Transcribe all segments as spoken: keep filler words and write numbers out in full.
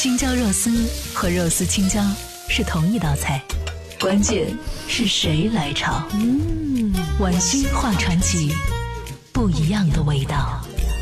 青椒肉丝和肉丝青椒是同一道菜，关键是谁来炒。嗯，晚星画传奇，不一样的味道。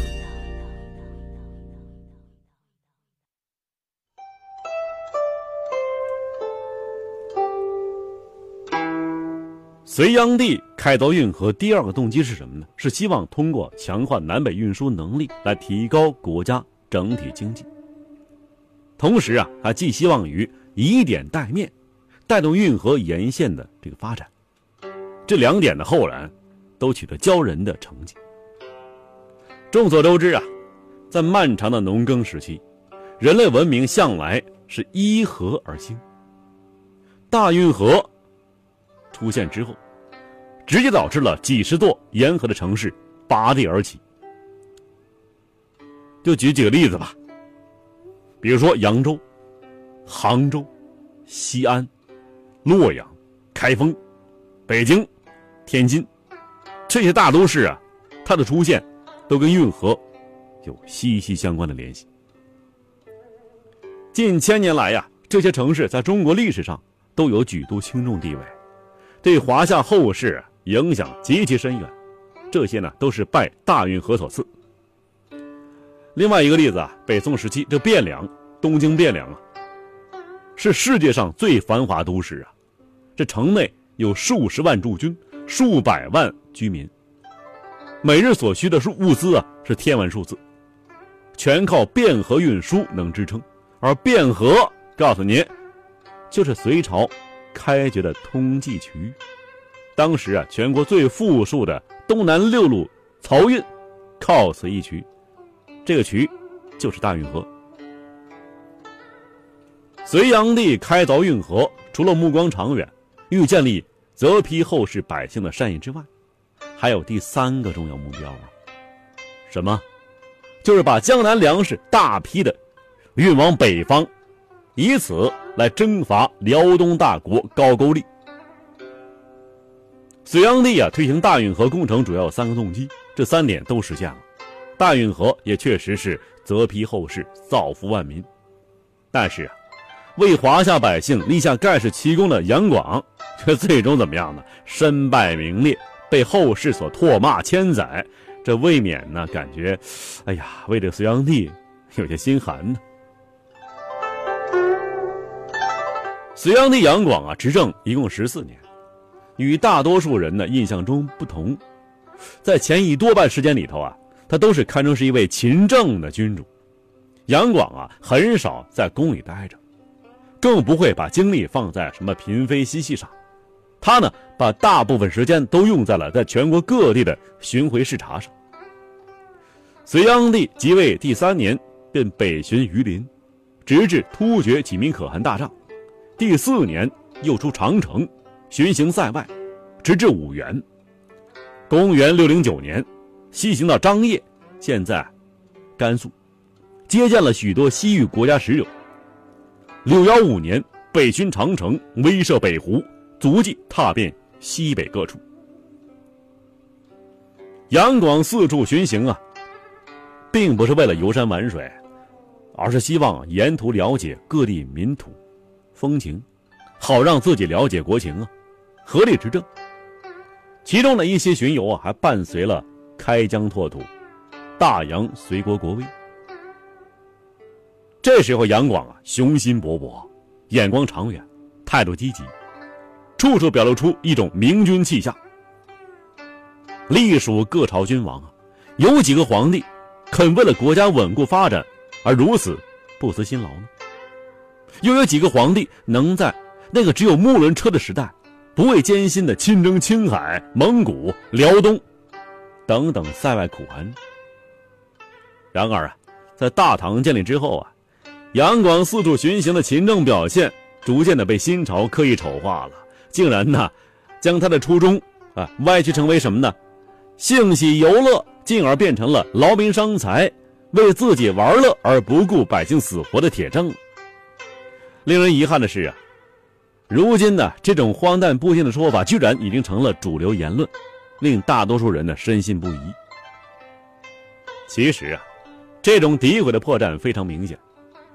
隋炀帝开凿运河第二个动机是什么呢？是希望通过强化南北运输能力来提高国家整体经济。同时啊，他寄希望于以点带面，带动运河沿线的这个发展。这两点的后然都取得骄人的成绩。众所周知啊，在漫长的农耕时期，人类文明向来是依河而兴。大运河出现之后，直接导致了几十座沿河的城市拔地而起。就举几个例子吧，比如说扬州、杭州、西安、洛阳、开封、北京、天津，这些大都市啊，它的出现都跟运河有息息相关的联系。近千年来呀、啊，这些城市在中国历史上都有举足轻重地位，对华夏后世影响极其深远。这些呢，都是拜大运河所赐。另外一个例子啊，北宋时期这汴梁，东京汴梁啊，是世界上最繁华都市啊。这城内有数十万驻军，数百万居民，每日所需的物资啊是天文数字，全靠汴河运输能支撑。而汴河，告诉您，就是隋朝开掘的通济渠。当时啊，全国最富庶的东南六路漕运靠此一渠，这个渠就是大运河。隋炀帝开凿运河，除了目光长远，欲建立泽披后世百姓的善意之外，还有第三个重要目标啊，什么？就是把江南粮食大批的运往北方，以此来征伐辽东大国高句丽。隋炀帝啊推行大运河工程主要有三个动机，这三点都实现了。大运河也确实是泽披后世，造福万民。但是啊，为华夏百姓立下盖世奇功的杨广，这最终怎么样呢？身败名裂，被后世所唾骂千载，这未免呢感觉，哎呀，为这隋炀帝有些心寒呢。隋炀帝杨广啊，执政一共十四年，与大多数人的印象中不同，在前一多半时间里头啊，他都是堪称是一位勤政的君主。杨广啊，很少在宫里待着，更不会把精力放在什么嫔妃嬉戏上。他呢，把大部分时间都用在了在全国各地的巡回视察上。隋炀帝即位第三年，便北巡榆林，直至突厥济民可汗大帐。第四年又出长城，巡行塞外，直至五原。公元六零九年，西行到张掖，现在甘肃，接见了许多西域国家使者。六一五年，北巡长城，威慑北湖，足迹踏遍西北各处。杨广四处巡行啊，并不是为了游山玩水，而是希望沿途了解各地民土风情，好让自己了解国情啊，合理执政。其中的一些巡游啊，还伴随了开疆拓土，大扬隋国国威。这时候杨广啊，雄心勃勃，眼光长远，态度积极，处处表露出一种明君气象。历数各朝君王啊，有几个皇帝肯为了国家稳固发展而如此不辞辛劳呢？又有几个皇帝能在那个只有木轮车的时代，不畏艰辛的亲征青海、蒙古、辽东等等塞外苦寒？然而啊，在大唐建立之后啊，杨广四处巡行的勤政表现，逐渐的被新朝刻意丑化了，竟然呢，将他的初衷啊歪曲成为什么呢？性喜游乐，进而变成了劳民伤财，为自己玩乐而不顾百姓死活的铁证。令人遗憾的是啊，如今呢，这种荒诞不经的说法居然已经成了主流言论，令大多数人呢深信不疑。其实啊，这种诋毁的破绽非常明显。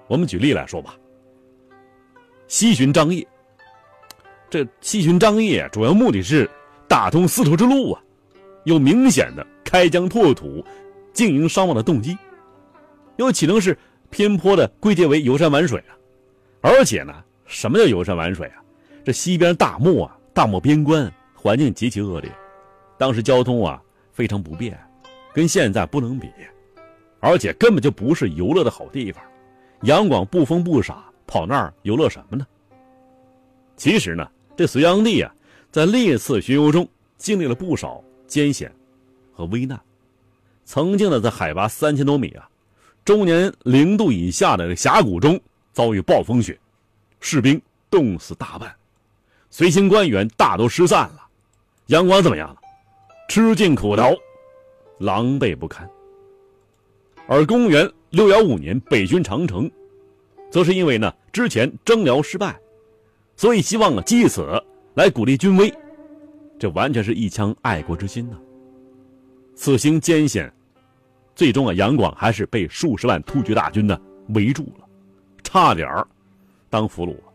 我们举例来说吧，西巡张掖，这西巡张掖主要目的是打通丝绸之路啊，有明显的开疆拓土、经营商贸的动机，又岂能是偏颇的归结为游山玩水啊？而且呢，什么叫游山玩水啊？这西边大漠啊，大漠边关环境极其恶劣，当时交通啊非常不便，跟现在不能比，而且根本就不是游乐的好地方。杨广不疯不傻，跑那儿游乐什么呢？其实呢，这隋炀帝啊，在历次巡游中经历了不少艰险和危难，曾经呢，在海拔三千多米啊，终年零度以下的峡谷中遭遇暴风雪，士兵冻死大半，随行官员大都失散了。杨广怎么样了？吃尽苦头，狼狈不堪。而公元六一五年北军长城，则是因为呢之前征辽失败，所以希望啊借此来鼓励军威，这完全是一腔爱国之心呢、啊。此行艰险，最终啊杨广还是被数十万突厥大军呢围住了，差点儿当俘虏了。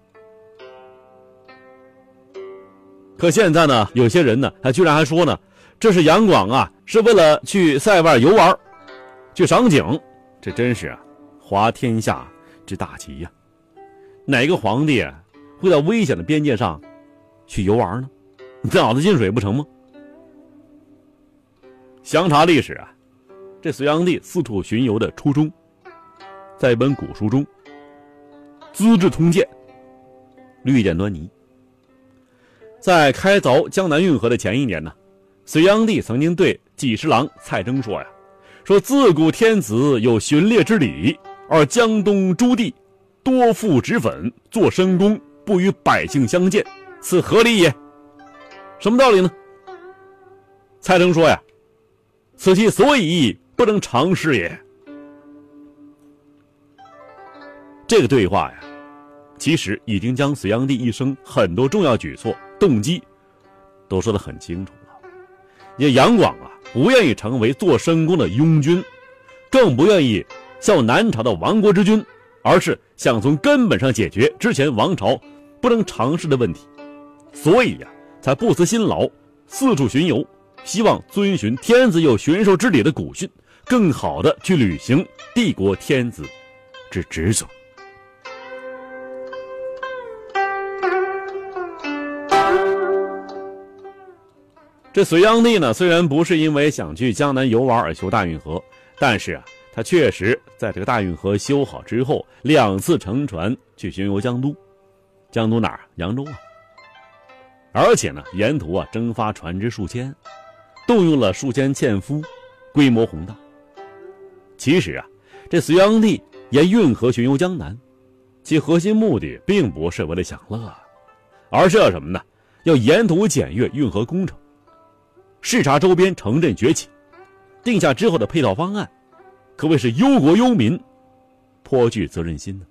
可现在呢，有些人呢，还居然还说呢，这是杨广啊，是为了去塞外游玩，去赏景，这真是啊，滑天下之大稽呀、啊！哪个皇帝啊，会到危险的边界上去游玩呢？你脑子进水不成吗？详查历史啊，这隋炀帝四处巡游的初衷，在一本古书中，《资治通鉴》略见端倪。在开凿江南运河的前一年呢，隋炀帝曾经对给事郎蔡征说呀：“说自古天子有巡猎之礼，而江东诸地多赋脂粉，做深宫，不与百姓相见，此何理也？”什么道理呢？蔡征说呀：“此其所以不能常失也。”这个对话呀，其实已经将隋炀帝一生很多重要举措、动机都说得很清楚了。也杨广啊，不愿意成为做深宫的庸君，更不愿意效南朝的亡国之君，而是想从根本上解决之前王朝不能尝试的问题，所以呀、啊，才不辞辛劳四处巡游，希望遵循天子有巡狩之礼的古训，更好的去履行帝国天子之职责。这隋炀帝呢，虽然不是因为想去江南游玩而修大运河，但是啊，他确实在这个大运河修好之后，两次乘船去巡游江都。江都哪儿？扬州啊。而且呢，沿途啊征发船只数千，动用了数千纤夫，规模宏大。其实啊，这隋炀帝沿运河巡游江南，其核心目的并不是为了享乐，而是要什么呢？要沿途检阅运河工程，视察周边城镇崛起，定下之后的配套方案，可谓是忧国忧民，颇具责任心的。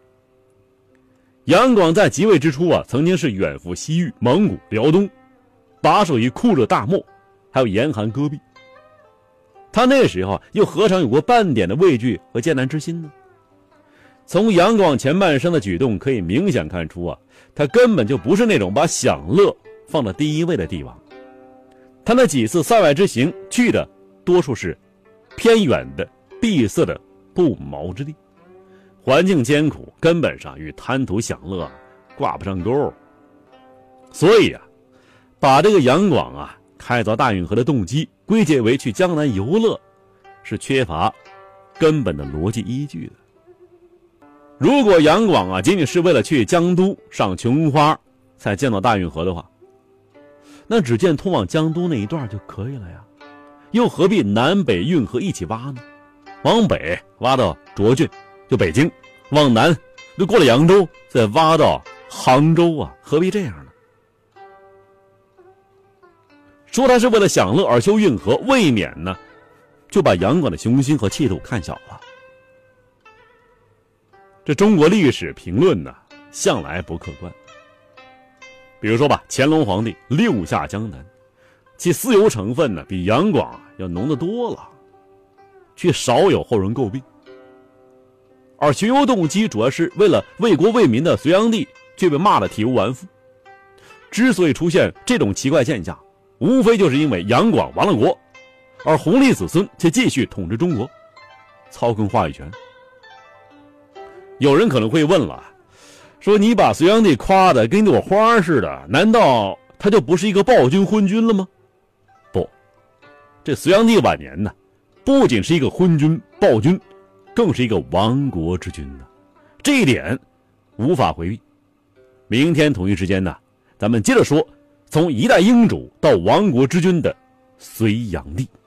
杨广在即位之初啊，曾经是远赴西域、蒙古、辽东，把守于酷热大漠，还有严寒戈壁。他那时候又何尝有过半点的畏惧和艰难之心呢？从杨广前半生的举动可以明显看出啊，他根本就不是那种把享乐放在第一位的帝王。他那几次塞外之行去的多数是偏远的闭塞的不毛之地，环境艰苦，根本上与贪图享乐挂不上钩。所以啊，把这个杨广啊开凿大运河的动机归结为去江南游乐，是缺乏根本的逻辑依据的。如果杨广啊仅仅是为了去江都赏琼花才建造大运河的话，那只建通往江都那一段就可以了呀，又何必南北运河一起挖呢？往北挖到涿郡就北京，往南就过了扬州，再挖到杭州啊，何必这样呢？说他是为了享乐而修运河，未免呢就把杨广的雄心和气度看小了。这中国历史评论呢向来不客观。比如说吧，乾隆皇帝六下江南，其私有成分呢比杨广要浓得多了，却少有后人诟病。 而巡游动机主要是为了为国为民的隋炀帝却被骂得体无完肤。之所以出现这种奇怪现象，无非就是因为杨广亡了国，而弘历子孙却继续统治中国，操控话语权。有人可能会问了，说你把隋炀帝夸得跟朵花似的，难道他就不是一个暴君昏君了吗？不，这隋炀帝晚年呢，不仅是一个昏君暴君，更是一个亡国之君呢，这一点无法回避。明天同一时间呢，咱们接着说从一代英主到亡国之君的隋炀帝。